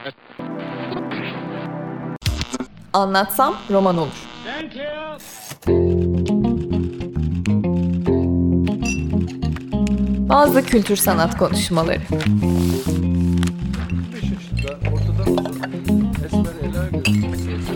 Anlatsam roman olur. Bazı kültür sanat konuşmaları. 5 yaşında ortadan uzun esmer eller gözüküyor.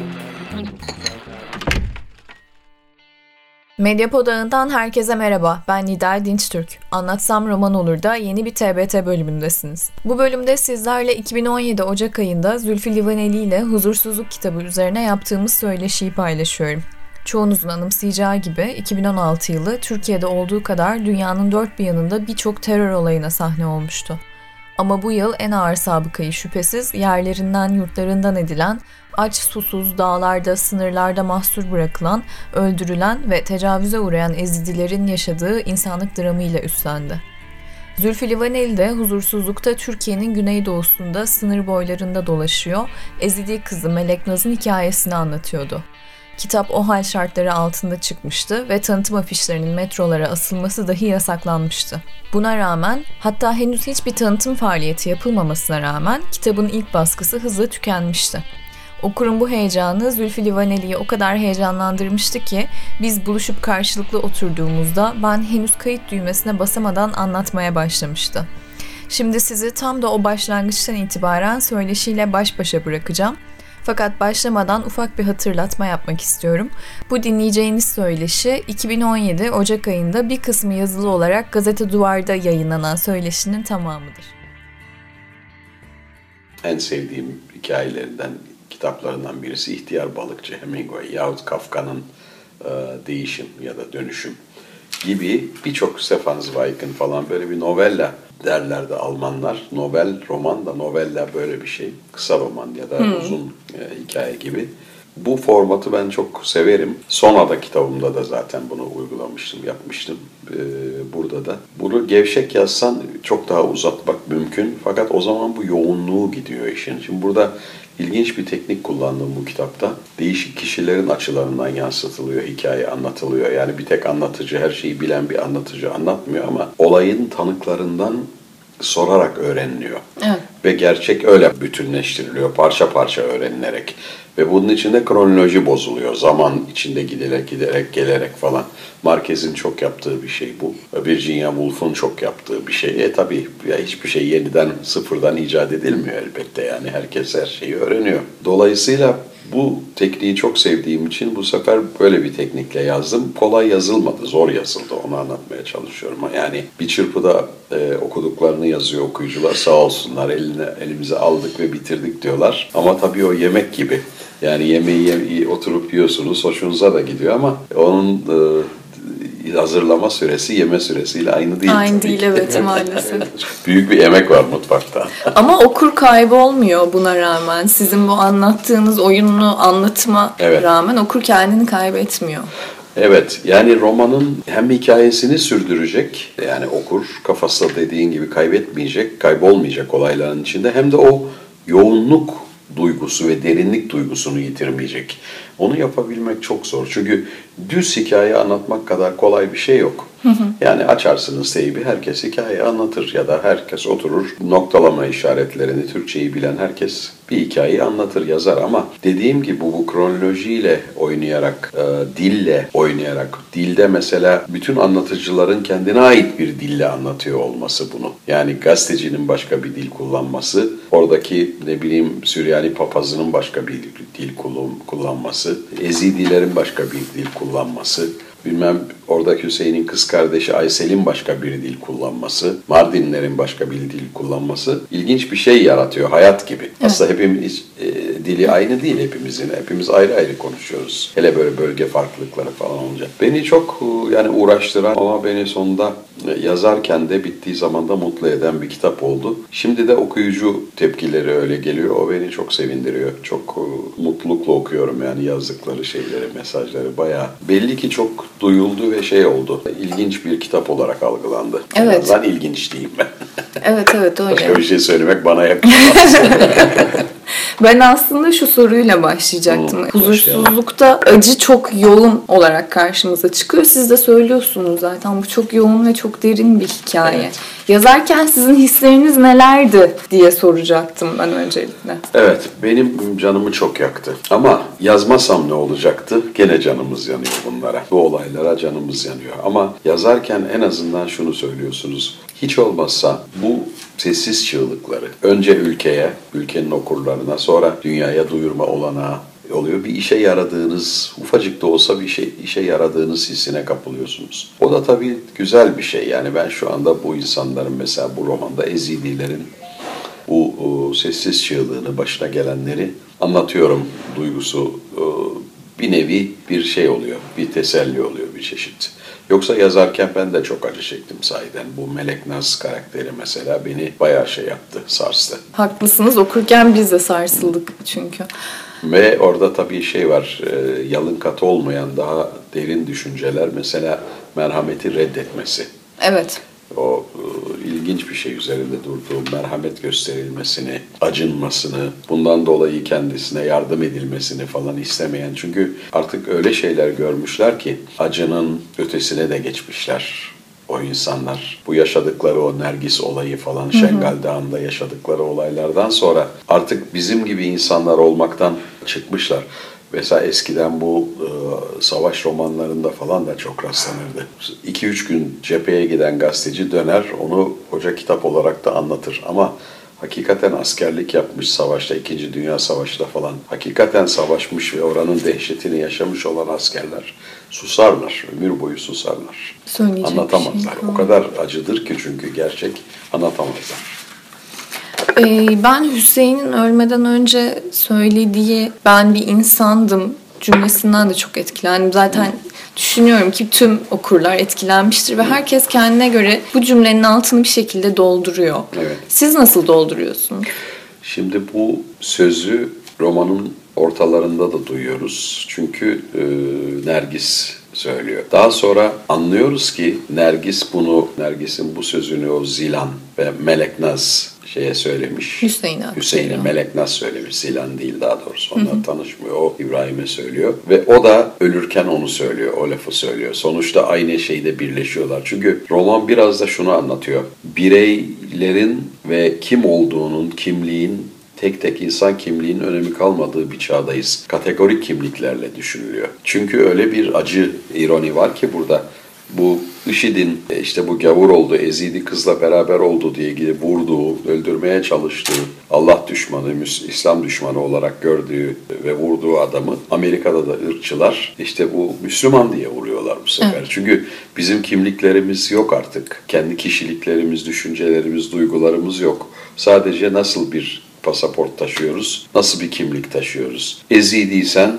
Medyapod ağından herkese merhaba. Ben Nida Dinçtürk. Anlatsam roman olur da yeni bir TBT bölümündesiniz. Bu bölümde sizlerle 2017 Ocak ayında Zülfü Livaneli ile Huzursuzluk kitabı üzerine yaptığımız söyleşiyi paylaşıyorum. Çoğunuzun anımsayacağı gibi 2016 yılı Türkiye'de olduğu kadar dünyanın dört bir yanında birçok terör olayına sahne olmuştu. Ama bu yıl en ağır sabıkayı şüphesiz yerlerinden yurtlarından edilen, aç susuz dağlarda, sınırlarda mahsur bırakılan, öldürülen ve tecavüze uğrayan Ezidilerin yaşadığı insanlık dramıyla üstlendi. Zülfü Livaneli de huzursuzlukta Türkiye'nin güneydoğusunda sınır boylarında dolaşıyor, Ezidi kızı Melek Naz'ın hikayesini anlatıyordu. Kitap o hal şartları altında çıkmıştı ve tanıtım afişlerinin metrolara asılması dahi yasaklanmıştı. Buna rağmen, hatta henüz hiçbir tanıtım faaliyeti yapılmamasına rağmen kitabın ilk baskısı hızla tükenmişti. Okurun bu heyecanı Zülfü Livaneli'yi o kadar heyecanlandırmıştı ki biz buluşup karşılıklı oturduğumuzda ben henüz kayıt düğmesine basamadan anlatmaya başlamıştı. Şimdi sizi tam da o başlangıçtan itibaren söyleşiyle baş başa bırakacağım. Fakat başlamadan ufak bir hatırlatma yapmak istiyorum. Bu dinleyeceğiniz söyleşi 2017 Ocak ayında bir kısmı yazılı olarak Gazete Duvar'da yayınlanan söyleşinin tamamıdır. En sevdiğim hikayelerinden, kitaplarından birisi İhtiyar Balıkçı Hemingway yahut Kafka'nın Değişim ya da Dönüşüm gibi birçok Stefan Zweig'in falan böyle bir novella derlerdi Almanlar. Roman da novella böyle bir şey. Kısa roman ya da uzun hikaye gibi. Bu formatı ben çok severim. Sonada kitabımda da zaten bunu uygulamıştım, yapmıştım. Burada da. Bunu gevşek yazsan çok daha uzatmak mümkün. Fakat o zaman bu yoğunluğu gidiyor işin. Şimdi burada ilginç bir teknik kullandım bu kitapta. Değişik kişilerin açılarından yansıtılıyor, hikaye anlatılıyor. Yani bir tek anlatıcı, her şeyi bilen bir anlatıcı anlatmıyor ama olayın tanıklarından sorarak öğreniliyor. Evet. Ve gerçek öyle bütünleştiriliyor, parça parça öğrenilerek. Ve bunun içinde kronoloji bozuluyor. Zaman içinde giderek gelerek falan. Marquez'in çok yaptığı bir şey bu. Virginia Woolf'un çok yaptığı bir şey. Tabii ya hiçbir şey yeniden sıfırdan icat edilmiyor elbette. Yani herkes her şeyi öğreniyor. Dolayısıyla bu tekniği çok sevdiğim için bu sefer böyle bir teknikle yazdım. Kolay yazılmadı, zor yazıldı. Onu anlatmaya çalışıyorum. Yani bir çırpıda okuduklarını yazıyor okuyucular. Sağ olsunlar elimize aldık ve bitirdik diyorlar. Ama tabii o yemek gibi. Yani yemeği oturup yiyorsunuz, hoşunuza da gidiyor ama onun hazırlama süresi yeme süresiyle aynı değil. Aynı değil evet maalesef. Büyük bir emek var mutfakta. Ama okur kaybolmuyor buna rağmen. Sizin bu anlattığınız oyununu anlatıma rağmen okur kendini kaybetmiyor. Evet, yani romanın hem hikayesini sürdürecek, yani okur kafasında dediğin gibi kaybolmayacak olayların içinde hem de o yoğunluk duygusu ve derinlik duygusunu yitirmeyecek. Onu yapabilmek çok zor. Çünkü düz hikaye anlatmak kadar kolay bir şey yok. Yani açarsınız teybi, herkes hikaye anlatır ya da herkes oturur, noktalama işaretlerini, Türkçeyi bilen herkes bir hikayeyi anlatır, yazar ama dediğim gibi bu kronolojiyle oynayarak, dille oynayarak, dilde mesela bütün anlatıcıların kendine ait bir dille anlatıyor olması bunu. Yani gazetecinin başka bir dil kullanması, oradaki Süryani papazının başka bir dil kullanması, Ezidilerin başka bir dil kullanması, oradaki Hüseyin'in kız kardeşi Aysel'in başka bir dil kullanması, Mardinlerin başka bir dil kullanması ilginç bir şey yaratıyor, hayat gibi. Evet. Aslında hepimiz dili aynı değil hepimizin. Hepimiz ayrı ayrı konuşuyoruz. Hele böyle bölge farklılıkları falan olunca. Beni çok uğraştıran ama beni sonunda yazarken de bittiği zaman da mutlu eden bir kitap oldu. Şimdi de okuyucu tepkileri öyle geliyor. O beni çok sevindiriyor. Çok mutlulukla okuyorum yani yazdıkları şeyleri, mesajları bayağı. Belli ki çok duyuldu ve oldu. İlginç bir kitap olarak algılandı. Evet. Ben ilginç diyeyim ben. Evet öyle. Başka bir şey söylemek bana yakın. Ben aslında şu soruyla başlayacaktım. Başlayalım. Huzursuzlukta acı çok yoğun olarak karşımıza çıkıyor. Siz de söylüyorsunuz zaten, bu çok yoğun ve çok derin bir hikaye. Evet. Yazarken sizin hisleriniz nelerdi diye soracaktım ben öncelikle. Evet, benim canımı çok yaktı. Ama yazmasam ne olacaktı? Gene canımız yanıyor bunlara. Bu olaylara canımız yanıyor. Ama yazarken en azından şunu söylüyorsunuz. Hiç olmazsa bu sessiz çığlıkları önce ülkeye, ülkenin okurlarına, sonra dünyaya duyurma olanağı oluyor. Bir işe yaradığınız, ufacık da olsa bir işe yaradığınız hissine kapılıyorsunuz. O da tabii güzel bir şey. Yani ben şu anda bu insanların, mesela bu romanda Ezidilerin bu sessiz çığlığını, başına gelenleri anlatıyorum duygusu bir nevi bir şey oluyor, bir teselli oluyor bir çeşit. Yoksa yazarken ben de çok acı çektim sahiden. Bu Melek Naz karakteri mesela beni bayağı şey yaptı, sarstı. Haklısınız, okurken biz de sarsıldık çünkü. Ve orada tabii şey var, yalın katı olmayan daha derin düşünceler, mesela merhameti reddetmesi. Evet. O ilginç bir şey, üzerinde durduğu merhamet gösterilmesini, acınmasını, bundan dolayı kendisine yardım edilmesini falan istemeyen. Çünkü artık öyle şeyler görmüşler ki acının ötesine de geçmişler o insanlar. Bu yaşadıkları o Nergis olayı falan, Şengal Dağı'nda yaşadıkları olaylardan sonra artık bizim gibi insanlar olmaktan çıkmışlar. Mesela eskiden bu savaş romanlarında falan da çok rastlanırdı. 2-3 gün cepheye giden gazeteci döner, onu hoca kitap olarak da anlatır. Ama hakikaten askerlik yapmış savaşta, 2. Dünya Savaşı'da falan, hakikaten savaşmış ve oranın dehşetini yaşamış olan askerler susarlar, ömür boyu susarlar. Anlatamazlar. O kadar acıdır ki çünkü gerçek, anlatamazlar. Ben Hüseyin'in ölmeden önce söylediği "ben bir insandım" cümlesinden de çok etkilendim. Zaten düşünüyorum ki tüm okurlar etkilenmiştir ve herkes kendine göre bu cümlenin altını bir şekilde dolduruyor. Evet. Siz nasıl dolduruyorsunuz? Şimdi bu sözü romanın ortalarında da duyuyoruz. Çünkü Nergis söylüyor. Daha sonra anlıyoruz ki Nergis'in bu sözünü o Zilan ve Meleknaz söylemiş. Hüseyin'e Meleknaz söylemiş. Zilan değil daha doğrusu. Onlar tanışmıyor. O İbrahim'e söylüyor. Ve o da ölürken onu söylüyor. O lafı söylüyor. Sonuçta aynı şeyde birleşiyorlar. Çünkü roman biraz da şunu anlatıyor. Bireylerin ve kim olduğunun, kimliğin, tek tek insan kimliğinin önemi kalmadığı bir çağdayız. Kategorik kimliklerle düşünülüyor. Çünkü öyle bir acı ironi var ki burada. Bu IŞİD'in işte bu gavur oldu, Ezidi kızla beraber oldu diye gidip vurduğu, öldürmeye çalıştığı, Allah düşmanı, İslam düşmanı olarak gördüğü ve vurduğu adamı Amerika'da da ırkçılar işte bu Müslüman diye vuruyorlar bu sefer. Evet. Çünkü bizim kimliklerimiz yok artık. Kendi kişiliklerimiz, düşüncelerimiz, duygularımız yok. Sadece nasıl bir pasaport taşıyoruz, nasıl bir kimlik taşıyoruz. Ezidiysen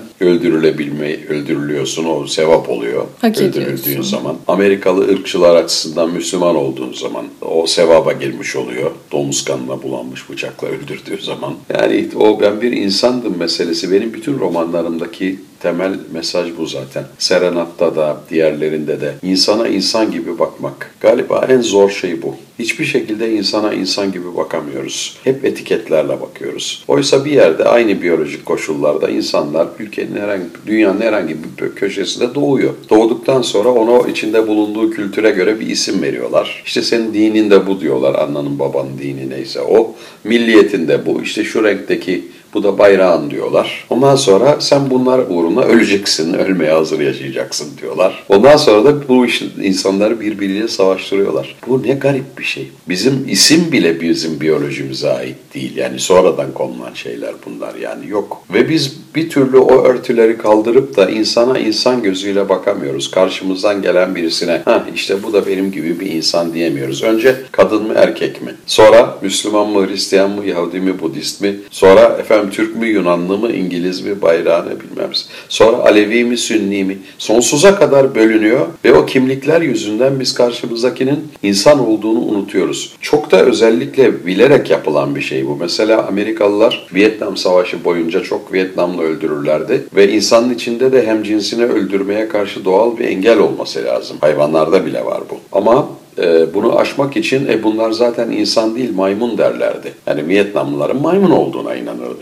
öldürülüyorsun, o sevap oluyor. Öldürüldüğün zaman. Amerikalı ırkçılar açısından Müslüman olduğun zaman o sevaba girmiş oluyor. Domuz kanına bulanmış bıçakla öldürdüğü zaman. Yani o ben bir insandım meselesi benim bütün romanlarımdaki temel mesaj bu zaten. Serenat'ta da, diğerlerinde de insana insan gibi bakmak. Galiba en zor şey bu. Hiçbir şekilde insana insan gibi bakamıyoruz. Hep etiketlerle bakıyoruz. Oysa bir yerde aynı biyolojik koşullarda insanlar dünyanın herhangi bir köşesinde doğuyor. Doğduktan sonra ona içinde bulunduğu kültüre göre bir isim veriyorlar. İşte senin dinin de bu diyorlar. Annanın babanın dini neyse o. Milliyetin de bu. İşte şu renkteki bu da bayrağın diyorlar. Ondan sonra sen bunlar uğruna öleceksin, ölmeye hazır yaşayacaksın diyorlar. Ondan sonra da bu insanları birbiriyle savaştırıyorlar. Bu ne garip bir şey. Bizim isim bile bizim biyolojimize ait değil. Yani sonradan konulan şeyler bunlar yani yok. Ve biz bir türlü o örtüleri kaldırıp da insana insan gözüyle bakamıyoruz. Karşımızdan gelen birisine işte bu da benim gibi bir insan diyemiyoruz. Önce kadın mı erkek mi? Sonra Müslüman mı, Hristiyan mı, Yahudi mi, Budist mi? Sonra Türk mü, Yunanlı mı, İngiliz mi, bayrağını bilmem. Sonra Alevi mi, Sünni mi? Sonsuza kadar bölünüyor ve o kimlikler yüzünden biz karşımızdakinin insan olduğunu unutuyoruz. Çok da özellikle bilerek yapılan bir şey bu. Mesela Amerikalılar Vietnam Savaşı boyunca çok Vietnamlı öldürürlerdi ve insanın içinde de hemcinsini öldürmeye karşı doğal bir engel olması lazım. Hayvanlarda bile var bu. Ama Bunu aşmak için bunlar zaten insan değil maymun derlerdi. Yani Vietnamlıların maymun olduğuna inanırdı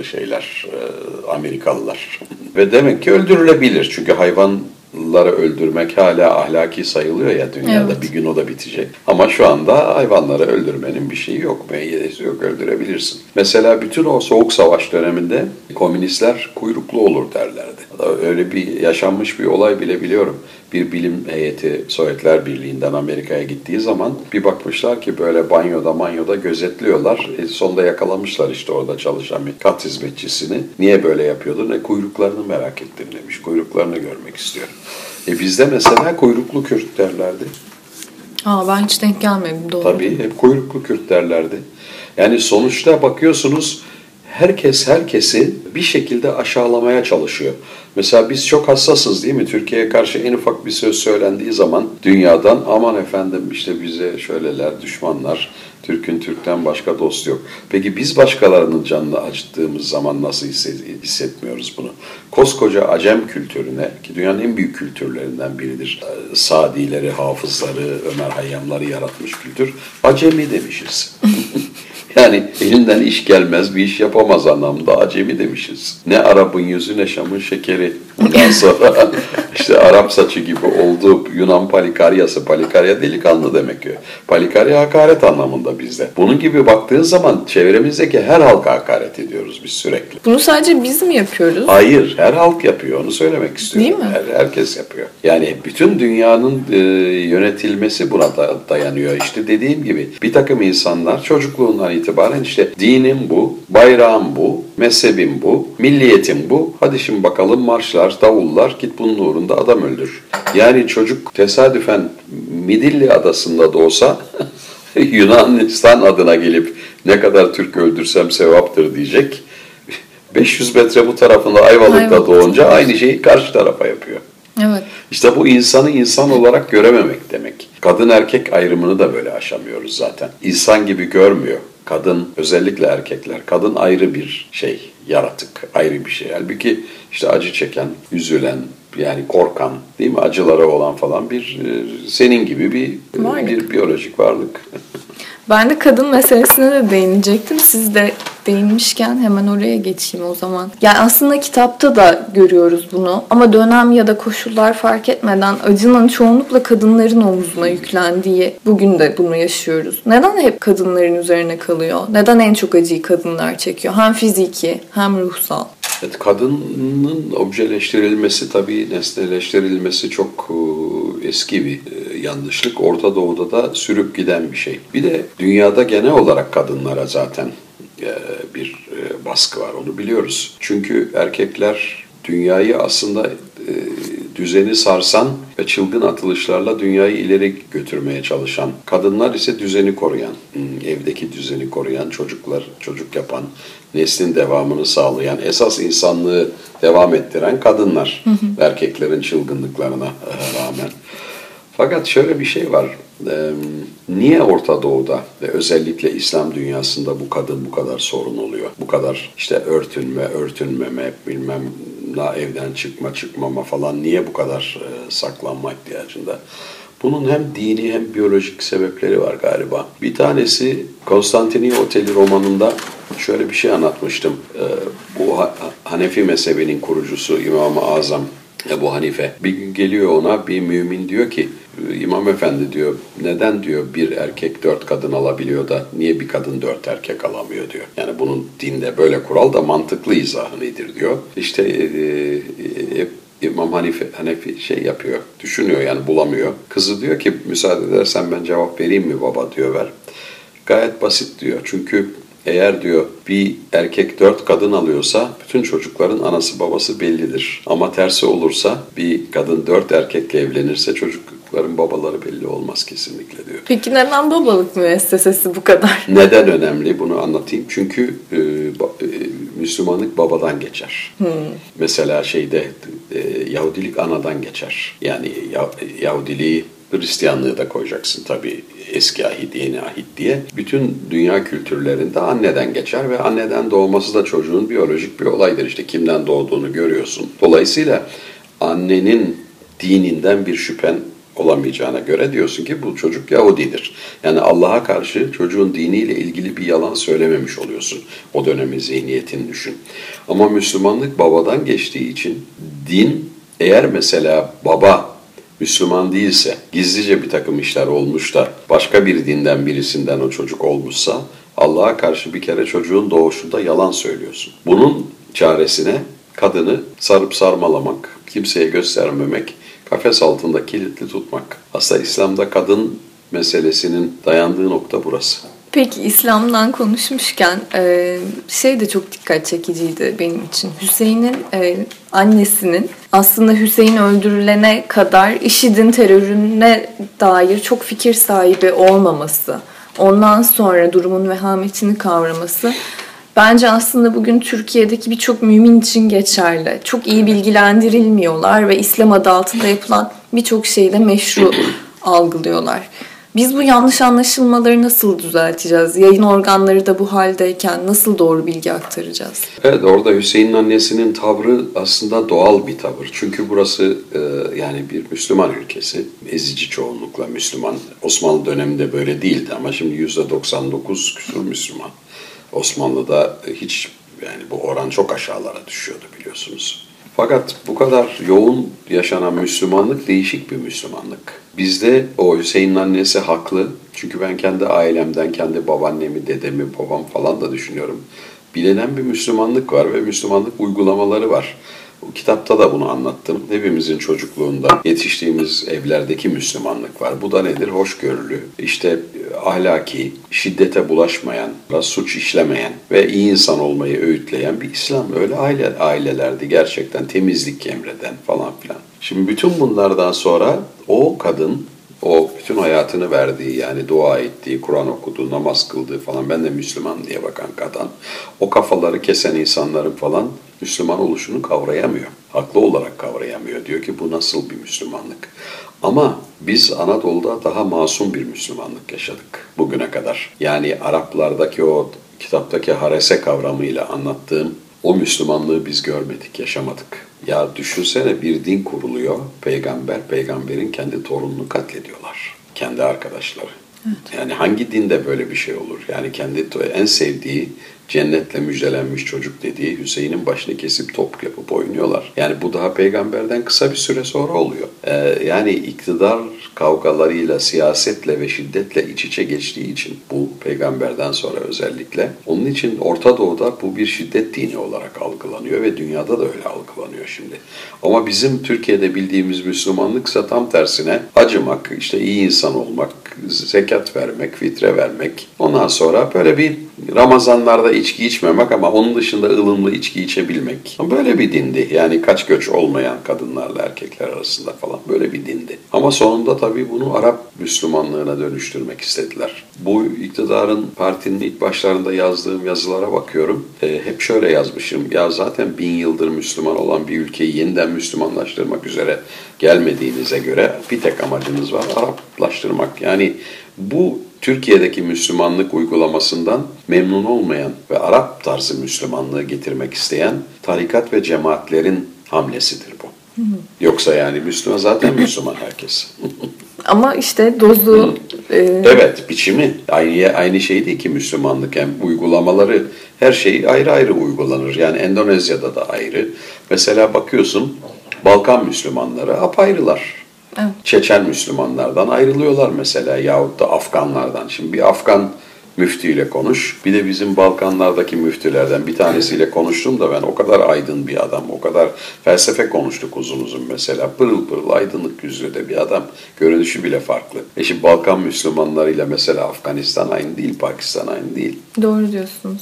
Amerikalılar. Ve demek ki öldürülebilir. Çünkü hayvanları öldürmek hala ahlaki sayılıyor ya dünyada. Evet. Bir gün o da bitecek. Ama şu anda hayvanları öldürmenin bir şeyi yok. Meyyidesi yok, öldürebilirsin. Mesela bütün o Soğuk Savaş döneminde komünistler kuyruklu olur derlerdi. Öyle bir yaşanmış bir olay bile biliyorum. Bir bilim heyeti Sovyetler Birliği'nden Amerika'ya gittiği zaman bir bakmışlar ki böyle banyoda gözetliyorlar. Sonunda yakalamışlar işte orada çalışan bir kat hizmetçisini. Niye böyle yapıyordu? Kuyruklarını merak ettim demiş. Kuyruklarını görmek istiyorum. Bizde mesela kuyruklu Kürt derlerdi. Ben hiç denk gelmedim, doğru. Tabii hep kuyruklu Kürt derlerdi. Yani sonuçta bakıyorsunuz herkes herkesi bir şekilde aşağılamaya çalışıyor. Mesela biz çok hassasız değil mi? Türkiye'ye karşı en ufak bir söz söylendiği zaman dünyadan aman efendim işte bize şöyleler, düşmanlar, Türk'ün Türk'ten başka dost yok. Peki biz başkalarının canını acıttığımız zaman nasıl hissetmiyoruz bunu? Koskoca Acem kültürüne, ki dünyanın en büyük kültürlerinden biridir. Sadileri, Hafızları, Ömer Hayyamları yaratmış kültür. Acemi demişiz. Yani elinden iş gelmez, bir iş yapamaz anlamda acemi demişiz. Ne Arap'ın yüzü ne Şam'ın şekeri. Ondan sonra işte Arap saçı gibi oldu. Yunan palikaryası, palikarya delikanlı demek ki. Palikarya hakaret anlamında bizde. Bunun gibi baktığın zaman çevremizdeki her halka hakaret ediyoruz biz sürekli. Bunu sadece biz mi yapıyoruz? Hayır, her halk yapıyor. Onu söylemek istiyorum. Değil mi? Herkes yapıyor. Yani bütün dünyanın yönetilmesi buna dayanıyor. İşte dediğim gibi bir takım insanlar çocukluğundan itibaren işte dinim bu, bayrağım bu, mezhebim bu, milliyetim bu. Hadi şimdi bakalım marşlar, davullar, git bunun uğrunda adam öldür. Yani çocuk tesadüfen Midilli adasında da olsa Yunanistan adına gelip ne kadar Türk öldürsem sevaptır diyecek. 500 metre bu tarafında Ayvalık'ta doğunca aynı şeyi karşı tarafa yapıyor. Evet. İşte bu insanı insan olarak görememek demek. Kadın erkek ayrımını da böyle aşamıyoruz zaten. İnsan gibi görmüyor. Kadın, özellikle erkekler, kadın ayrı bir şey, yaratık, ayrı bir şey. Halbuki işte acı çeken, üzülen, yani korkan, değil mi, acılara olan falan bir senin gibi bir biyolojik varlık. Ben de kadın meselesine de değinecektim. Siz de değinmişken hemen oraya geçeyim o zaman. Yani aslında kitapta da görüyoruz bunu. Ama dönem ya da koşullar fark etmeden acının çoğunlukla kadınların omzuna yüklendiği, bugün de bunu yaşıyoruz. Neden hep kadınların üzerine kalıyor? Neden en çok acıyı kadınlar çekiyor? Hem fiziki hem ruhsal. Evet, kadının objeleştirilmesi, tabii nesneleştirilmesi çok eski bir yanlışlık. Orta Doğu'da da sürüp giden bir şey. Bir de dünyada genel olarak kadınlara zaten bir baskı var, onu biliyoruz. Çünkü erkekler dünyayı aslında düzeni sarsan ve çılgın atılışlarla dünyayı ileri götürmeye çalışan, kadınlar ise düzeni koruyan, evdeki düzeni koruyan, çocuk yapan, neslin devamını sağlayan, esas insanlığı devam ettiren kadınlar, erkeklerin çılgınlıklarına rağmen. Fakat şöyle bir şey var, niye Orta Doğu'da ve özellikle İslam dünyasında bu kadın bu kadar sorun oluyor? Bu kadar işte örtünmeme, bilmem evden çıkmama falan niye bu kadar saklanma ihtiyacında? Bunun hem dini hem biyolojik sebepleri var galiba. Bir tanesi Konstantiniye Oteli romanında şöyle bir şey anlatmıştım. Bu Hanefi mezhebinin kurucusu İmam-ı Azam Ebu Hanife bir gün geliyor ona bir mümin, diyor ki İmam Efendi diyor, neden diyor bir erkek 4 kadın alabiliyor da niye bir kadın 4 erkek alamıyor diyor. Yani bunun dinde böyle kural da mantıklı izahı nedir diyor. İşte İmam Hanefi şey yapıyor, düşünüyor yani bulamıyor. Kızı diyor ki müsaade edersen ben cevap vereyim mi baba diyor, ver. Gayet basit diyor, çünkü eğer diyor bir erkek 4 kadın alıyorsa bütün çocukların anası babası bellidir. Ama tersi olursa bir kadın 4 erkekle evlenirse çocukların babaları belli olmaz kesinlikle diyor. Peki neden babalık müessesesi bu kadar? Neden önemli bunu anlatayım. Çünkü Müslümanlık babadan geçer. Mesela Yahudilik anadan geçer. Yani Yahudiliği, Hristiyanlığı da koyacaksın tabii, eski ahit, yeni ahit diye. Bütün dünya kültürlerinde anneden geçer ve anneden doğması da çocuğun biyolojik bir olaydır. İşte kimden doğduğunu görüyorsun. Dolayısıyla annenin dininden bir şüphen olamayacağına göre diyorsun ki bu çocuk Yahudidir. Yani Allah'a karşı çocuğun diniyle ilgili bir yalan söylememiş oluyorsun. O dönemin zihniyetini düşün. Ama Müslümanlık babadan geçtiği için din, eğer mesela baba Müslüman değilse, gizlice bir takım işler olmuş da başka bir dinden birisinden o çocuk olmuşsa, Allah'a karşı bir kere çocuğun doğuşunda yalan söylüyorsun. Bunun çaresine kadını sarıp sarmalamak, kimseye göstermemek, kafes altında kilitli tutmak. Aslında İslam'da kadın meselesinin dayandığı nokta burası. Peki İslam'dan konuşmuşken şey de çok dikkat çekiciydi benim için. Hüseyin'in annesinin aslında Hüseyin öldürülene kadar IŞİD'in terörüne dair çok fikir sahibi olmaması, ondan sonra durumun vehametini kavraması bence aslında bugün Türkiye'deki birçok mümin için geçerli. Çok iyi bilgilendirilmiyorlar ve İslam adı altında yapılan birçok şeyi de meşru algılıyorlar. Biz bu yanlış anlaşılmaları nasıl düzelteceğiz? Yayın organları da bu haldeyken nasıl doğru bilgi aktaracağız? Evet, orada Hüseyin'in annesinin tavrı aslında doğal bir tavır. Çünkü burası yani bir Müslüman ülkesi. Ezici çoğunlukla Müslüman. Osmanlı döneminde böyle değildi ama şimdi %99 küsur Müslüman. Osmanlı'da hiç, yani bu oran çok aşağılara düşüyordu biliyorsunuz. Fakat bu kadar yoğun yaşanan Müslümanlık değişik bir Müslümanlık. Bizde o Hüseyin'in annesi haklı. Çünkü ben kendi ailemden, kendi babaannemi, dedemi, babam falan da düşünüyorum. Bilinen bir Müslümanlık var ve Müslümanlık uygulamaları var. Bu kitapta da bunu anlattım. Hepimizin çocukluğunda yetiştiğimiz evlerdeki Müslümanlık var. Bu da nedir? Hoşgörülü, işte ahlaki, şiddete bulaşmayan, suç işlemeyen ve iyi insan olmayı öğütleyen bir İslam. Öyle ailelerdi gerçekten, temizlik emreden falan filan. Şimdi bütün bunlardan sonra o kadın, o bütün hayatını verdiği, yani dua ettiği, Kur'an okuduğu, namaz kıldığı falan, ben de Müslüman diye bakan kadın, o kafaları kesen insanların falan Müslüman oluşunu kavrayamıyor. Haklı olarak kavrayamıyor. Diyor ki bu nasıl bir Müslümanlık? Ama biz Anadolu'da daha masum bir Müslümanlık yaşadık bugüne kadar. Yani Araplardaki o kitaptaki harese kavramıyla anlattığım o Müslümanlığı biz görmedik, yaşamadık. Ya düşünsene, bir din kuruluyor, peygamberin kendi torununu katlediyorlar. Kendi arkadaşları. Evet. Yani hangi dinde böyle bir şey olur? Yani kendi en sevdiği, cennetle müjdelenmiş çocuk dediği Hüseyin'in başını kesip top yapıp oynuyorlar. Yani bu daha peygamberden kısa bir süre sonra oluyor. Yani iktidar kavgalarıyla, siyasetle ve şiddetle iç içe geçtiği için, bu peygamberden sonra özellikle, onun için Orta Doğu'da bu bir şiddet dini olarak algılanıyor ve dünyada da öyle algılanıyor şimdi. Ama bizim Türkiye'de bildiğimiz Müslümanlıksa tam tersine acımak, işte iyi insan olmak, zekat vermek, fitre vermek, ondan sonra böyle bir Ramazanlarda içki içmemek ama onun dışında ılımlı içki içebilmek. Böyle bir dindi. Yani kaç göç olmayan kadınlarla erkekler arasında falan böyle bir dindi. Ama sonunda tabii bunu Arap Müslümanlığına dönüştürmek istediler. Bu iktidarın, partinin ilk başlarında yazdığım yazılara bakıyorum. Hep şöyle yazmışım. Ya zaten 1000 yıldır Müslüman olan bir ülkeyi yeniden Müslümanlaştırmak üzere gelmediğinize göre bir tek amacınız var: Araplaştırmak. Yani bu Türkiye'deki Müslümanlık uygulamasından memnun olmayan ve Arap tarzı Müslümanlığı getirmek isteyen tarikat ve cemaatlerin hamlesidir bu. Yoksa yani Müslüman, zaten Müslüman herkes. Ama işte dozu... Evet, biçimi. Aynı şey değil ki Müslümanlık. Yani uygulamaları, her şey ayrı ayrı uygulanır. Yani Endonezya'da da ayrı. Mesela bakıyorsun, Balkan Müslümanları apayrılar. Evet. Çeçen Müslümanlardan ayrılıyorlar mesela, yahut da Afganlardan. Şimdi bir Afgan müftüyle konuş, bir de bizim Balkanlardaki müftülerden bir tanesiyle konuştum da ben, o kadar aydın bir adam, o kadar felsefe konuştuk uzun uzun mesela. Pırıl pırıl aydınlık yüzlü de bir adam, görünüşü bile farklı. Şimdi Balkan Müslümanlarıyla mesela Afganistan aynı değil, Pakistan aynı değil. Doğru diyorsunuz.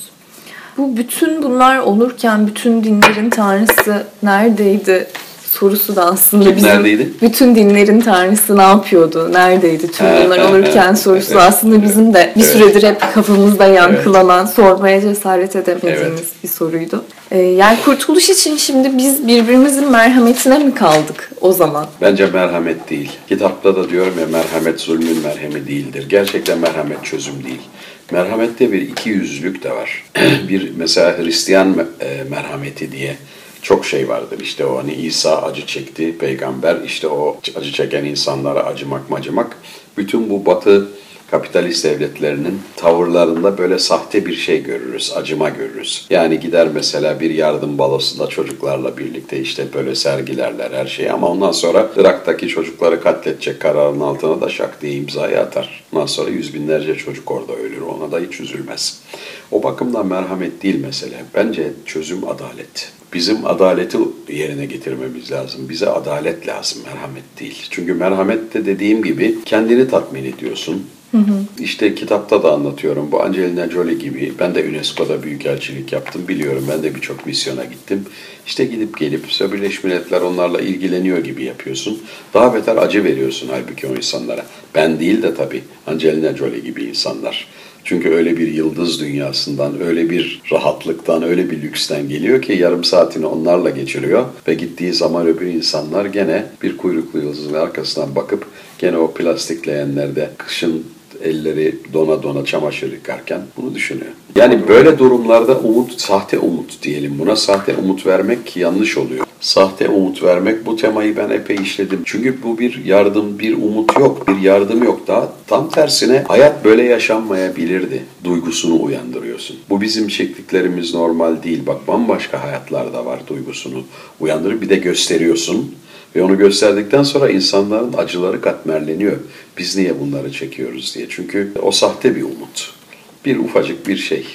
Bütün bunlar olurken bütün dinlerin tanrısı neredeydi sorusu da aslında bizim neredeydi? Bütün dinlerin tanrısı ne yapıyordu, neredeydi tüm bunlar olurken sorusu aslında bizim de bir süredir hep kafamızda yankılanan, sormaya cesaret edemediğimiz bir soruydu. Yani kurtuluş için şimdi biz birbirimizin merhametine mi kaldık o zaman? Bence merhamet değil. Kitapta da diyorum ya, merhamet zulmün merhemi değildir. Gerçekten merhamet çözüm değil. Merhamette bir ikiyüzlülük de var. Bir mesela Hristiyan merhameti diye çok şey vardır. İşte o hani İsa acı çekti, peygamber, işte o acı çeken insanlara acımak. Bütün bu Batı kapitalist devletlerinin tavırlarında böyle sahte bir şey görürüz, acıma görürüz. Yani gider mesela bir yardım balosunda çocuklarla birlikte işte böyle sergilerler her şeyi ama ondan sonra Irak'taki çocukları katledecek kararın altına da şak diye imzayı atar. Ondan sonra yüz binlerce çocuk orada ölür, ona da hiç üzülmez. O bakımdan merhamet değil mesele. Bence çözüm adalet. Bizim adaleti yerine getirmemiz lazım. Bize adalet lazım, merhamet değil. Çünkü merhamet de dediğim gibi kendini tatmin ediyorsun. İşte kitapta da anlatıyorum. Bu Angelina Jolie gibi. Ben de UNESCO'da büyükelçilik yaptım. Biliyorum, ben de birçok misyona gittim. İşte gidip gelip Birleşmiş Milletler onlarla ilgileniyor gibi yapıyorsun. Daha beter acı veriyorsun halbuki o insanlara. Ben değil de tabii Angelina Jolie gibi insanlar. Çünkü öyle bir yıldız dünyasından, öyle bir rahatlıktan, öyle bir lüksten geliyor ki yarım saatini onlarla geçiriyor. Ve gittiği zaman öbür insanlar gene bir kuyruklu yıldızın arkasından bakıp gene o plastik leğenlerde kışın elleri dona dona çamaşır yıkarken bunu düşünüyor. Yani böyle durumlarda umut, sahte umut diyelim buna. Sahte umut vermek yanlış oluyor. Sahte umut vermek, bu temayı ben epey işledim. Çünkü bu bir yardım, bir umut yok, bir yardım yok. Daha tam tersine hayat böyle yaşanmayabilirdi duygusunu uyandırıyorsun. Bu bizim çektiklerimiz normal değil. Bak bambaşka hayatlar da var duygusunu uyandırıp bir de gösteriyorsun. Ve onu gösterdikten sonra insanların acıları katmerleniyor. Biz niye bunları çekiyoruz diye. Çünkü o sahte bir umut. Bir ufacık bir şey.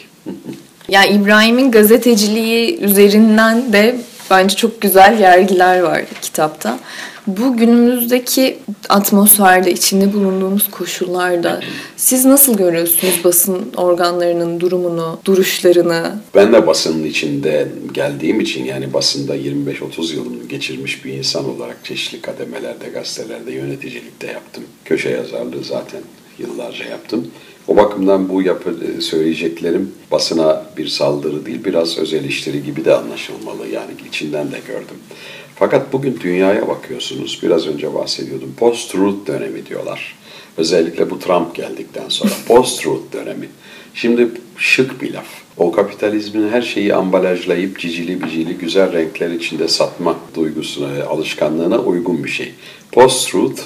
Ya İbrahim'in gazeteciliği üzerinden de bence çok güzel yergiler var kitapta. Bu günümüzdeki atmosferde, içinde bulunduğumuz koşullarda siz nasıl görüyorsunuz basın organlarının durumunu, duruşlarını? Ben de basının içinde geldiğim için, yani basında 25-30 yılını geçirmiş bir insan olarak çeşitli kademelerde, gazetelerde yöneticilikte yaptım. Köşe yazarlığı zaten yıllarca yaptım. O bakımdan bu söyleyeceklerim basına bir saldırı değil, biraz öz eleştiri gibi de anlaşılmalı. Yani içinden de gördüm. Fakat bugün dünyaya bakıyorsunuz, biraz önce bahsediyordum, post-truth dönemi diyorlar. Özellikle bu Trump geldikten sonra post-truth dönemi. Şimdi şık bir laf. O kapitalizmin her şeyi ambalajlayıp cicili bicili güzel renkler içinde satma duygusuna, alışkanlığına uygun bir şey. Post-truth,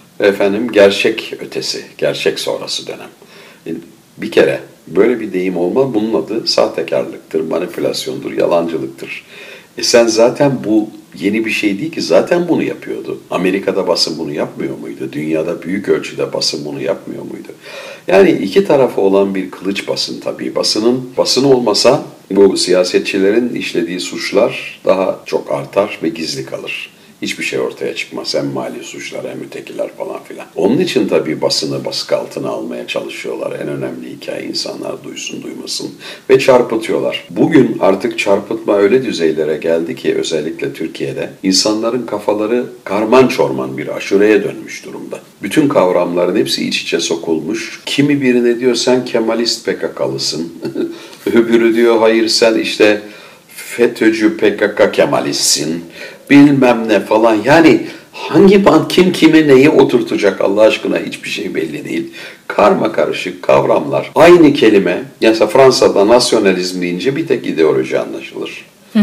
gerçek ötesi, gerçek sonrası dönem. Bir kere böyle bir deyim olmaz. Bunun adı sahtekarlıktır, manipülasyondur, yalancılıktır. Sen zaten bu yeni bir şey değil ki, zaten bunu yapıyordu. Amerika'da basın bunu yapmıyor muydu? Dünyada büyük ölçüde basın bunu yapmıyor muydu? Yani iki tarafı olan bir kılıç basın tabii. Basın olmasa bu siyasetçilerin işlediği suçlar daha çok artar ve gizli kalır. Hiçbir şey ortaya çıkmaz. Hem mali suçlar hem ötekiler falan filan. Onun için tabii basını baskı altına almaya çalışıyorlar. En önemli hikaye insanlar duysun duymasın ve çarpıtıyorlar. Bugün artık çarpıtma öyle düzeylere geldi ki özellikle Türkiye'de insanların kafaları karman çorman bir aşureye dönmüş durumda. Bütün kavramların hepsi iç içe sokulmuş. Kimi birine diyor sen Kemalist PKK'lısın. Öbürü diyor hayır sen işte FETÖ'cü PKK Kemalistsin. Bilmem ne falan. Yani hangi band kim kime neyi oturtacak Allah aşkına hiçbir şey belli değil. Karma karışık kavramlar. Aynı kelime. Mesela Fransa'da nasyonalizm deyince bir tek ideoloji anlaşılır.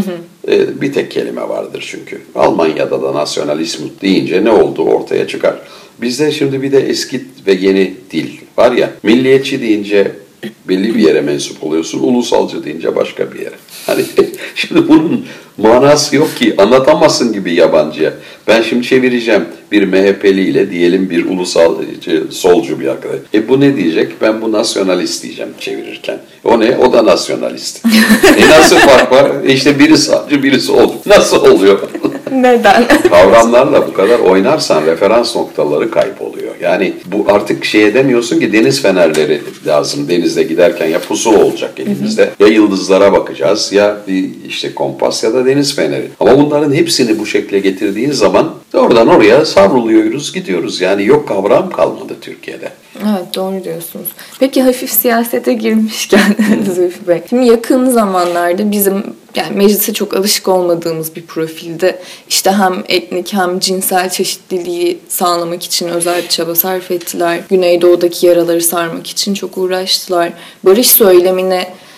Bir tek kelime vardır çünkü. Almanya'da da nasyonalizm deyince ne olduğu ortaya çıkar. Bizde şimdi bir de eski ve yeni dil var ya. Milliyetçi deyince belli bir yere mensup oluyorsun. Ulusalcı deyince başka bir yere. Hani şimdi bunun manası yok ki, anlatamazsın gibi yabancıya. Ben şimdi çevireceğim bir MHP'li ile diyelim bir ulusalcı, solcu bir arkadaş. Bu ne diyecek? Ben bu nasyonalist diyeceğim çevirirken. O ne? O da nasyonalist. Nasıl fark var? İşte biri sağcı, biri solcu. Nasıl oluyor? Neden? Kavramlarla bu kadar oynarsan referans noktaları kayboluyor. Yani bu artık şeye demiyorsun ki deniz fenerleri lazım. Denizde giderken ya pusula olacak elimizde. Ya yıldızlara bakacağız ya işte kompas ya da deniz feneri. Ama bunların hepsini bu şekle getirdiğin zaman oradan oraya savruluyoruz, gidiyoruz. Yani yok kavram kalmadı Türkiye'de. Evet, doğru diyorsunuz. Peki hafif siyasete girmişken Zülfü Bey, şimdi yakın zamanlarda bizim yani meclise çok alışık olmadığımız bir profilde işte hem etnik hem cinsel çeşitliliği sağlamak için özel bir çaba sarf ettiler. Güneydoğu'daki yaraları sarmak için çok uğraştılar. Barış söylemine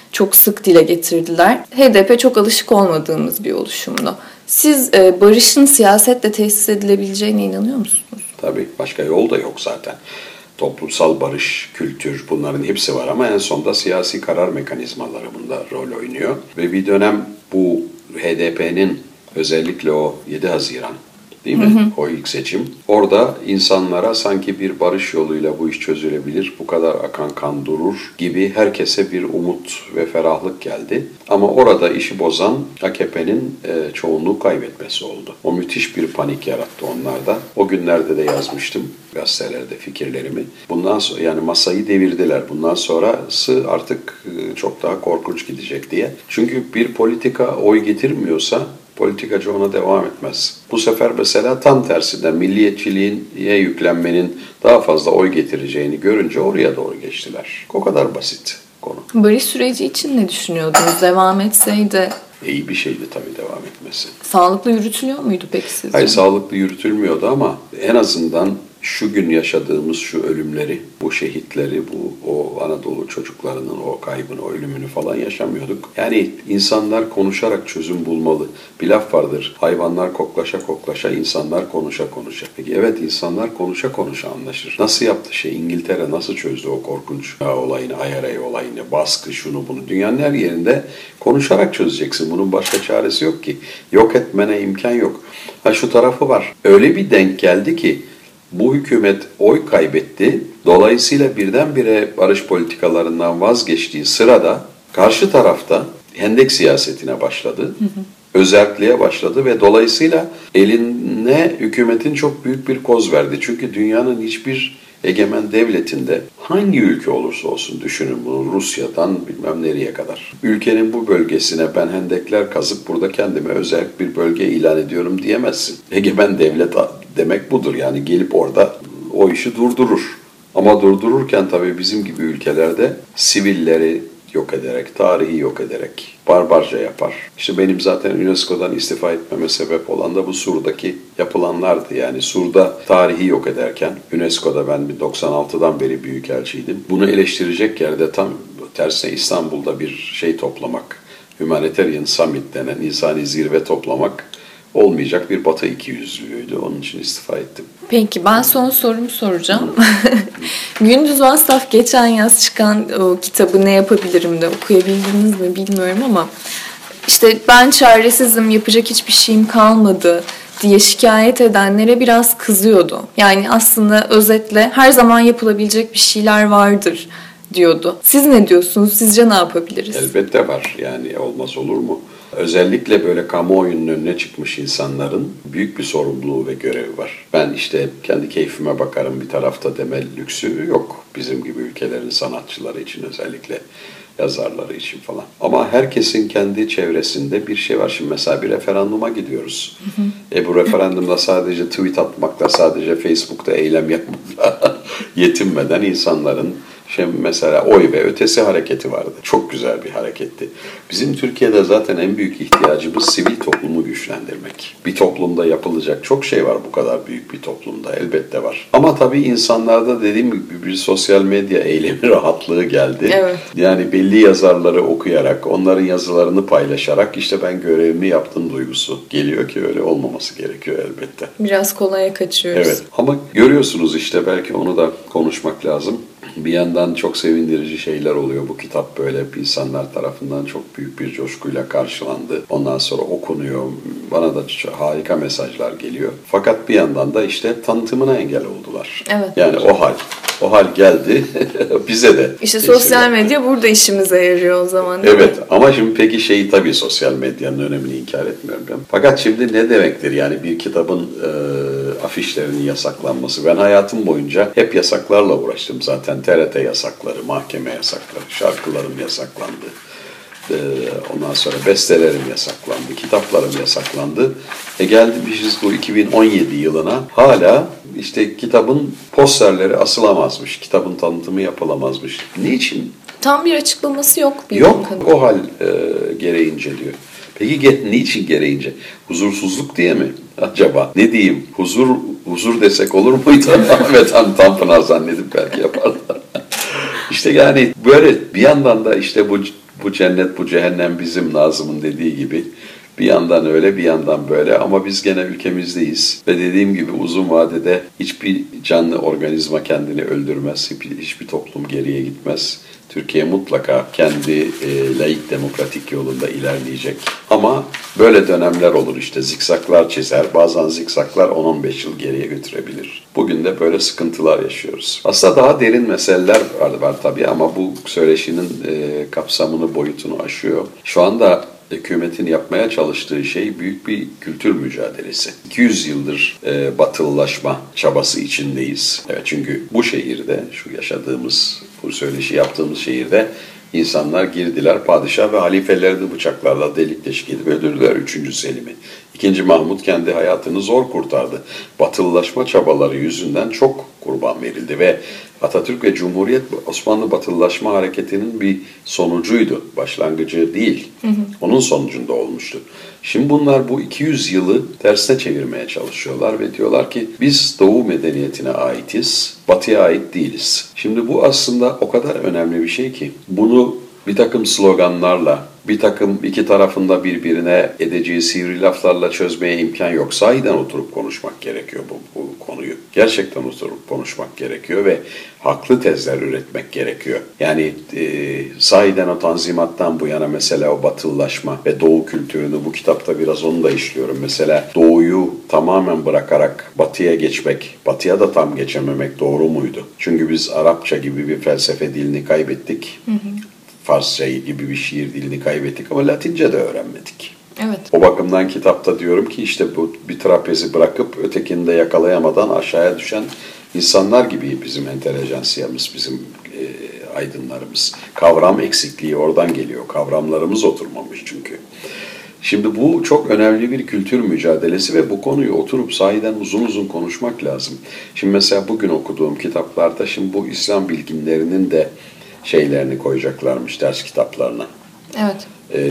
çok sık dile getirdiler. HDP çok alışık olmadığımız bir oluşumdu. Siz barışın siyasetle tesis edilebileceğine inanıyor musunuz? Tabii başka yol da yok zaten. Toplumsal barış, kültür bunların hepsi var ama en sonunda siyasi karar mekanizmaları bunda rol oynuyor. Ve bir dönem bu HDP'nin özellikle o 7 Haziran değil mi? O ilk seçim. Orada insanlara sanki bir barış yoluyla bu iş çözülebilir, bu kadar akan kan durur gibi herkese bir umut ve ferahlık geldi. Ama orada işi bozan AKP'nin çoğunluğu kaybetmesi oldu. O müthiş bir panik yarattı onlarda. O günlerde de yazmıştım gazetelerde fikirlerimi. Bundan sonra yani masayı devirdiler. Bundan sonrası artık çok daha korkunç gidecek diye. Çünkü bir politika oy getirmiyorsa politikacı ona devam etmez. Bu sefer mesela tam tersinden milliyetçiliğe yüklenmenin daha fazla oy getireceğini görünce oraya doğru geçtiler. O kadar basit konu. Barış süreci için ne düşünüyordunuz? Devam etseydi İyi bir şeydi tabii devam etmesi. sağlıklı yürütülüyor muydu peki sizce? Hayır, sağlıklı yürütülmüyordu ama en azından şu gün yaşadığımız şu ölümleri, bu şehitleri, o Anadolu çocuklarının o kaybını, o ölümünü falan yaşamıyorduk. Yani insanlar konuşarak çözüm bulmalı. Bir laf vardır, hayvanlar koklaşa koklaşa, insanlar konuşa konuşa. Peki evet, insanlar konuşa konuşa anlaşır. Nasıl yaptı İngiltere nasıl çözdü o korkunç olayını, IRA olayını, baskı, şunu bunu. Dünyanın her yerinde konuşarak çözeceksin. Bunun başka çaresi yok ki. Yok etmene imkan yok. Şu tarafı var. Öyle bir denk geldi ki bu hükümet oy kaybetti. Dolayısıyla birdenbire barış politikalarından vazgeçtiği sırada karşı tarafta hendek siyasetine başladı. Özerkliğe başladı ve dolayısıyla eline hükümetin çok büyük bir koz verdi. Çünkü dünyanın hiçbir egemen devletinde hangi ülke olursa olsun düşünün bunu, Rusya'dan bilmem nereye kadar. Ülkenin bu bölgesine ben hendekler kazıp burada kendime özel bir bölge ilan ediyorum diyemezsin. Egemen devlet demek budur, yani gelip orada o işi durdurur. Ama durdururken tabii bizim gibi ülkelerde sivilleri yok ederek, tarihi yok ederek barbarca yapar. İşte benim zaten UNESCO'dan istifa etmeme sebep olan da bu Sur'daki yapılanlardı. Yani Sur'da tarihi yok ederken, UNESCO'da ben 96'dan beri büyükelçiydim. Bunu eleştirecek yerde tam tersine İstanbul'da bir şey toplamak, Humanitarian Summit denen insani zirve toplamak olmayacak bir Batı ikiyüzlülüğüydü. Onun için istifa ettim. Peki ben son sorumu soracağım. Gündüz Vassaf geçen yaz çıkan o kitabı Ne Yapabilirim de okuyabildiniz mi bilmiyorum ama işte ben çaresizim, yapacak hiçbir şeyim kalmadı diye şikayet edenlere biraz kızıyordu. Yani aslında özetle her zaman yapılabilecek bir şeyler vardır diyordu. Siz ne diyorsunuz? Sizce ne yapabiliriz? Elbette var. Yani olmaz olur mu? Özellikle böyle kamuoyunun önüne çıkmış insanların büyük bir sorumluluğu ve görevi var. Ben işte kendi keyfime bakarım bir tarafta deme lüksü yok. Bizim gibi ülkelerin sanatçıları için, özellikle yazarları için falan. Ama herkesin kendi çevresinde bir şey var. Şimdi mesela bir referanduma gidiyoruz. Bu referandumda sadece tweet atmakla, sadece Facebook'ta eylem yapmakla yetinmeden insanların mesela oy ve ötesi hareketi vardı. Çok güzel bir hareketti. Bizim Türkiye'de zaten en büyük ihtiyacımız sivil toplumu güçlendirmek. Bir toplumda yapılacak çok şey var, bu kadar büyük bir toplumda elbette var. Ama tabii insanlarda dediğim gibi bir sosyal medya eylemi rahatlığı geldi. Evet. Yani belli yazarları okuyarak, onların yazılarını paylaşarak işte ben görevimi yaptım duygusu geliyor ki öyle olmaması gerekiyor elbette. Biraz kolaya kaçıyoruz. Evet, ama görüyorsunuz işte, belki onu da konuşmak lazım. Bir yandan çok sevindirici şeyler oluyor. Bu kitap böyle insanlar tarafından çok büyük bir coşkuyla karşılandı. Ondan sonra okunuyor. Bana da harika mesajlar geliyor. Fakat bir yandan da işte tanıtımına engel oldular. Evet. Yani o hal geldi bize de. İşte sosyal medya burada işimize yarıyor o zaman. Evet, ama şimdi peki tabii sosyal medyanın önemini inkar etmiyorum ben. Fakat şimdi ne demektir yani bir kitabın afişlerinin yasaklanması? Ben hayatım boyunca hep yasaklarla uğraştım zaten. TRT yasakları, mahkeme yasakları, şarkılarım yasaklandı. Ondan sonra bestelerim yasaklandı, kitaplarım yasaklandı. Gelmişiz bu 2017 yılına, hala işte kitabın posterleri asılamazmış, kitabın tanıtımı yapılamazmış. Niçin? Tam bir açıklaması yok. Yok, o hal gereğince diyor. Peki niçin gereğince? Huzursuzluk diye mi acaba? Ne diyeyim? Huzur desek olur muydu? Evet, Tanpınar zannedip belki yaparlar. İşte yani böyle bir yandan da işte bu Bu cennet, bu cehennem bizim, Nazım'ın dediği gibi. Bir yandan öyle, bir yandan böyle, ama biz gene ülkemizdeyiz. Ve dediğim gibi uzun vadede hiçbir canlı organizma kendini öldürmez, hiçbir toplum geriye gitmez. Türkiye mutlaka kendi laik demokratik yolunda ilerleyecek. Ama böyle dönemler olur işte, zikzaklar çizer. Bazen zikzaklar 10-15 yıl geriye götürebilir. Bugün de böyle sıkıntılar yaşıyoruz. Aslında daha derin meseleler var tabii, ama bu söyleşinin kapsamını, boyutunu aşıyor. Şu anda hükümetin yapmaya çalıştığı şey büyük bir kültür mücadelesi. 200 yıldır batılılaşma çabası içindeyiz. Evet, çünkü bu şehirde, şu yaşadığımız, bu söyleşi yaptığımız şehirde insanlar girdiler, padişah ve halifelerini bıçaklarla delik deşik edip öldürdüler 3. Selim'i. 2. Mahmut kendi hayatını zor kurtardı. Batılılaşma çabaları yüzünden çok kurban verildi ve Atatürk ve Cumhuriyet Osmanlı batılılaşma hareketinin bir sonucuydu. Başlangıcı değil. Onun sonucunda olmuştu. Şimdi bunlar bu 200 yılı tersine çevirmeye çalışıyorlar ve diyorlar ki biz Doğu medeniyetine aitiz, Batı'ya ait değiliz. Şimdi bu aslında o kadar önemli bir şey ki bunu bir takım sloganlarla, bir takım iki tarafında birbirine edeceği sivri laflarla çözmeye imkan yok. Sahiden oturup konuşmak gerekiyor bu konuyu. Gerçekten oturup konuşmak gerekiyor ve haklı tezler üretmek gerekiyor. Yani sahiden o Tanzimat'tan bu yana mesela o batılılaşma ve Doğu kültürünü, bu kitapta biraz onu da işliyorum. Mesela Doğu'yu tamamen bırakarak Batı'ya geçmek, Batı'ya da tam geçememek doğru muydu? Çünkü biz Arapça gibi bir felsefe dilini kaybettik. Farsça gibi bir şiir dilini kaybettik ama Latince de öğrenmedik. Evet. O bakımdan kitapta diyorum ki işte bu bir trapezi bırakıp ötekini de yakalayamadan aşağıya düşen insanlar gibi bizim entelejansiyamız, bizim aydınlarımız. Kavram eksikliği oradan geliyor. Kavramlarımız oturmamış çünkü. Şimdi bu çok önemli bir kültür mücadelesi ve bu konuyu oturup sahiden uzun uzun konuşmak lazım. Şimdi mesela bugün okuduğum kitaplarda şimdi bu İslam bilginlerinin de şeylerini koyacaklarmış ders kitaplarına. Evet.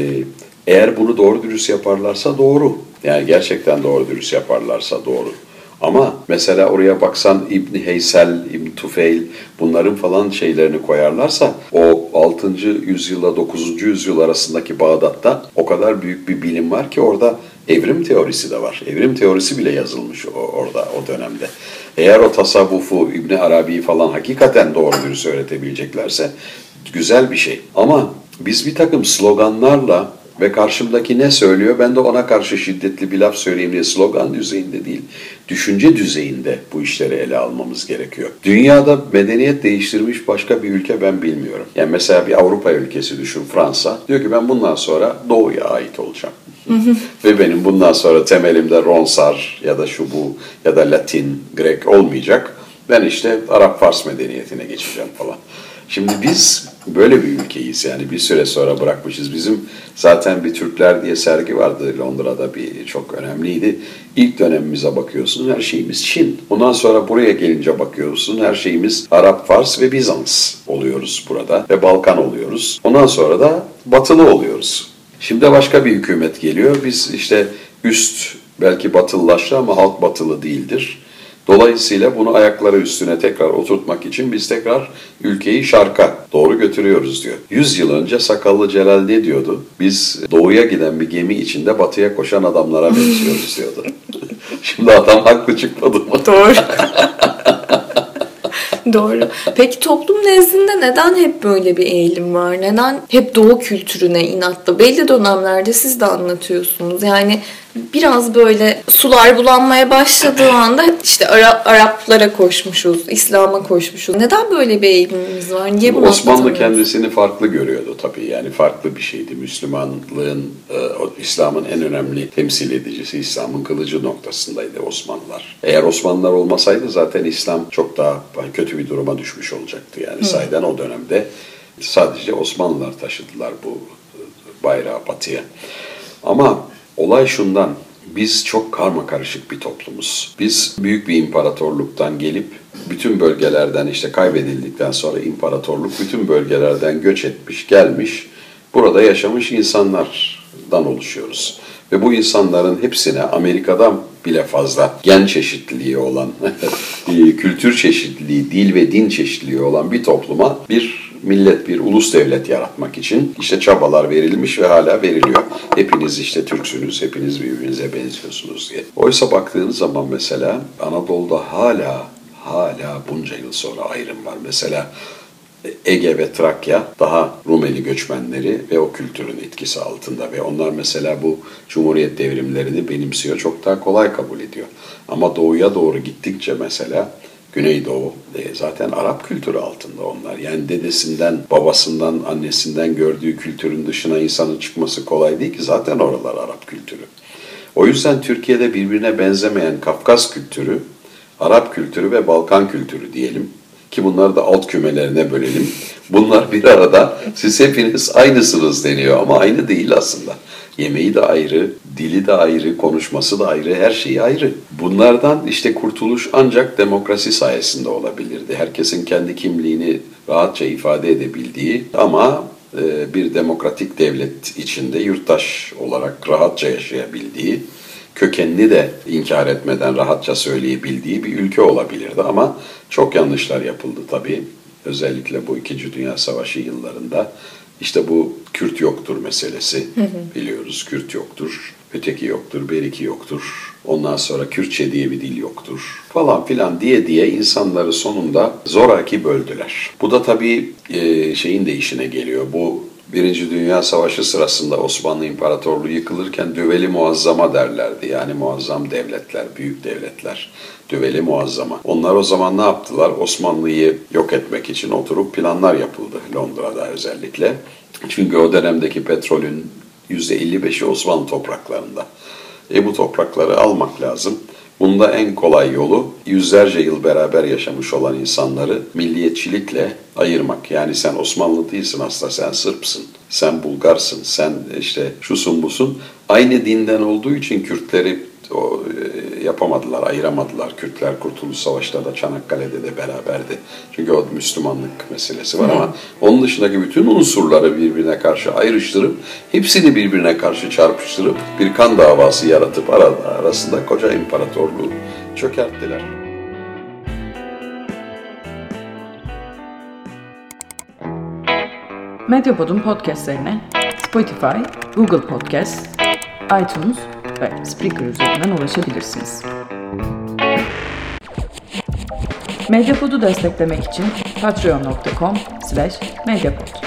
Eğer bunu doğru dürüst yaparlarsa doğru. Yani gerçekten doğru dürüst yaparlarsa doğru. Ama mesela oraya baksan İbn Heysel, İbn Tufeil bunların falan şeylerini koyarlarsa o 6. yüzyılla 9. yüzyıl arasındaki Bağdat'ta o kadar büyük bir bilim var ki orada evrim teorisi de var. Evrim teorisi bile yazılmış orada o dönemde. Eğer o tasavvufu, İbn Arabi'yi falan hakikaten doğru dürüst öğretebileceklerse güzel bir şey. Ama biz bir takım sloganlarla ve karşımdaki ne söylüyor, ben de ona karşı şiddetli bir laf söyleyeyim diye slogan düzeyinde değil, düşünce düzeyinde bu işleri ele almamız gerekiyor. Dünyada medeniyet değiştirmiş başka bir ülke ben bilmiyorum. Yani mesela bir Avrupa ülkesi düşün, Fransa. Diyor ki ben bundan sonra Doğu'ya ait olacağım. Ve benim bundan sonra temelimde Ronsar ya da şu bu ya da Latin, Grek olmayacak. Ben işte Arap-Fars medeniyetine geçeceğim falan. Şimdi biz böyle bir ülkeyiz yani bir süre sonra bırakmışız. Bizim zaten bir Türkler diye sergi vardı Londra'da, bir çok önemliydi. İlk dönemimize bakıyorsun her şeyimiz Çin. Ondan sonra buraya gelince bakıyorsun her şeyimiz Arap, Fars ve Bizans oluyoruz burada ve Balkan oluyoruz. Ondan sonra da Batılı oluyoruz. Şimdi başka bir hükümet geliyor. Biz işte üst belki batılılaştı ama halk batılı değildir. Dolayısıyla bunu ayakları üstüne tekrar oturtmak için biz tekrar ülkeyi şarka doğru götürüyoruz diyor. 100 yıl önce Sakallı Celal ne diyordu? Biz doğuya giden bir gemi içinde batıya koşan adamlara benziyoruz diyordu. Şimdi adam haklı çıkmadı mı? Doğru. Doğru. Peki toplum nezdinde neden hep böyle bir eğilim var? Neden hep Doğu kültürüne inatlı? Belli dönemlerde siz de anlatıyorsunuz. Yani biraz böyle sular bulanmaya başladığı anda işte Araplara koşmuşuz, İslam'a koşmuşuz. Neden böyle bir eğilimimiz var? Niye bunu Osmanlı kendisini farklı görüyordu tabii. Yani farklı bir şeydi. Müslümanlığın, İslam'ın en önemli temsil edicisi, İslam'ın kılıcı noktasındaydı Osmanlılar. Eğer Osmanlılar olmasaydı zaten İslam çok daha kötü bir duruma düşmüş olacaktı. Yani sahiden o dönemde sadece Osmanlılar taşıdılar bu bayrağı batıya. Ama olay şundan, biz çok karmakarışık bir toplumuz. Biz büyük bir imparatorluktan gelip bütün bölgelerden işte kaybedildikten sonra imparatorluk bütün bölgelerden göç etmiş, gelmiş, burada yaşamış insanlardan oluşuyoruz. Ve bu insanların hepsine Amerika'dan bile fazla gen çeşitliliği olan, kültür çeşitliliği, dil ve din çeşitliliği olan bir topluma bir millet, bir ulus devlet yaratmak için işte çabalar verilmiş ve hala veriliyor. Hepiniz işte Türksünüz, hepiniz birbirinize benziyorsunuz diye. Oysa baktığınız zaman mesela Anadolu'da hala bunca yıl sonra ayrım var. Mesela Ege ve Trakya daha Rumeli göçmenleri ve o kültürün etkisi altında ve onlar mesela bu Cumhuriyet devrimlerini benimsiyor, çok daha kolay kabul ediyor. Ama doğuya doğru gittikçe mesela Güneydoğu zaten Arap kültürü altında onlar. Yani dedesinden, babasından, annesinden gördüğü kültürün dışına insanın çıkması kolay değil ki, zaten oralar Arap kültürü. O yüzden Türkiye'de birbirine benzemeyen Kafkas kültürü, Arap kültürü ve Balkan kültürü diyelim ki bunları da alt kümelerine bölelim. Bunlar bir arada siz hepiniz aynısınız deniyor ama aynı değil aslında. Yemeği de ayrı, dili de ayrı, konuşması da ayrı, her şeyi ayrı. Bunlardan işte kurtuluş ancak demokrasi sayesinde olabilirdi. Herkesin kendi kimliğini rahatça ifade edebildiği ama bir demokratik devlet içinde yurttaş olarak rahatça yaşayabildiği, kökenini de inkar etmeden rahatça söyleyebildiği bir ülke olabilirdi. Ama çok yanlışlar yapıldı tabii. Özellikle bu 2. Dünya Savaşı yıllarında. İşte bu Kürt yoktur meselesi, biliyoruz. Kürt yoktur, öteki yoktur, beriki yoktur. Ondan sonra Kürtçe diye bir dil yoktur falan filan diye insanları sonunda zoraki böldüler. Bu da tabii şeyin de işine geliyor. Bu 1. Dünya Savaşı sırasında Osmanlı İmparatorluğu yıkılırken döveli muazzama derlerdi. Yani muazzam devletler, büyük devletler. Döveli muazzama. Onlar o zaman ne yaptılar? Osmanlı'yı yok etmek için oturup planlar yapıldı Londra'da özellikle. Çünkü o dönemdeki petrolün %55'i Osmanlı topraklarında. Bu toprakları almak lazım. Bunda en kolay yolu yüzlerce yıl beraber yaşamış olan insanları milliyetçilikle ayırmak. Yani sen Osmanlı değilsin aslında, sen Sırpsın, sen Bulgarsın, sen işte şusun busun. Aynı dinden olduğu için Kürtleri yapamadılar, ayıramadılar. Kürtler Kurtuluş Savaşı'nda da Çanakkale'de de beraberdi. Çünkü o Müslümanlık meselesi var ama onun dışındaki bütün unsurları birbirine karşı ayrıştırıp, hepsini birbirine karşı çarpıştırıp bir kan davası yaratıp arasında koca imparatorluğu çökerttiler. Medyapod'un podcastlerine Spotify, Google Podcast, iTunes ve Spreaker üzerinden ulaşabilirsiniz. Medyapod'u desteklemek için patreon.com/medyapod.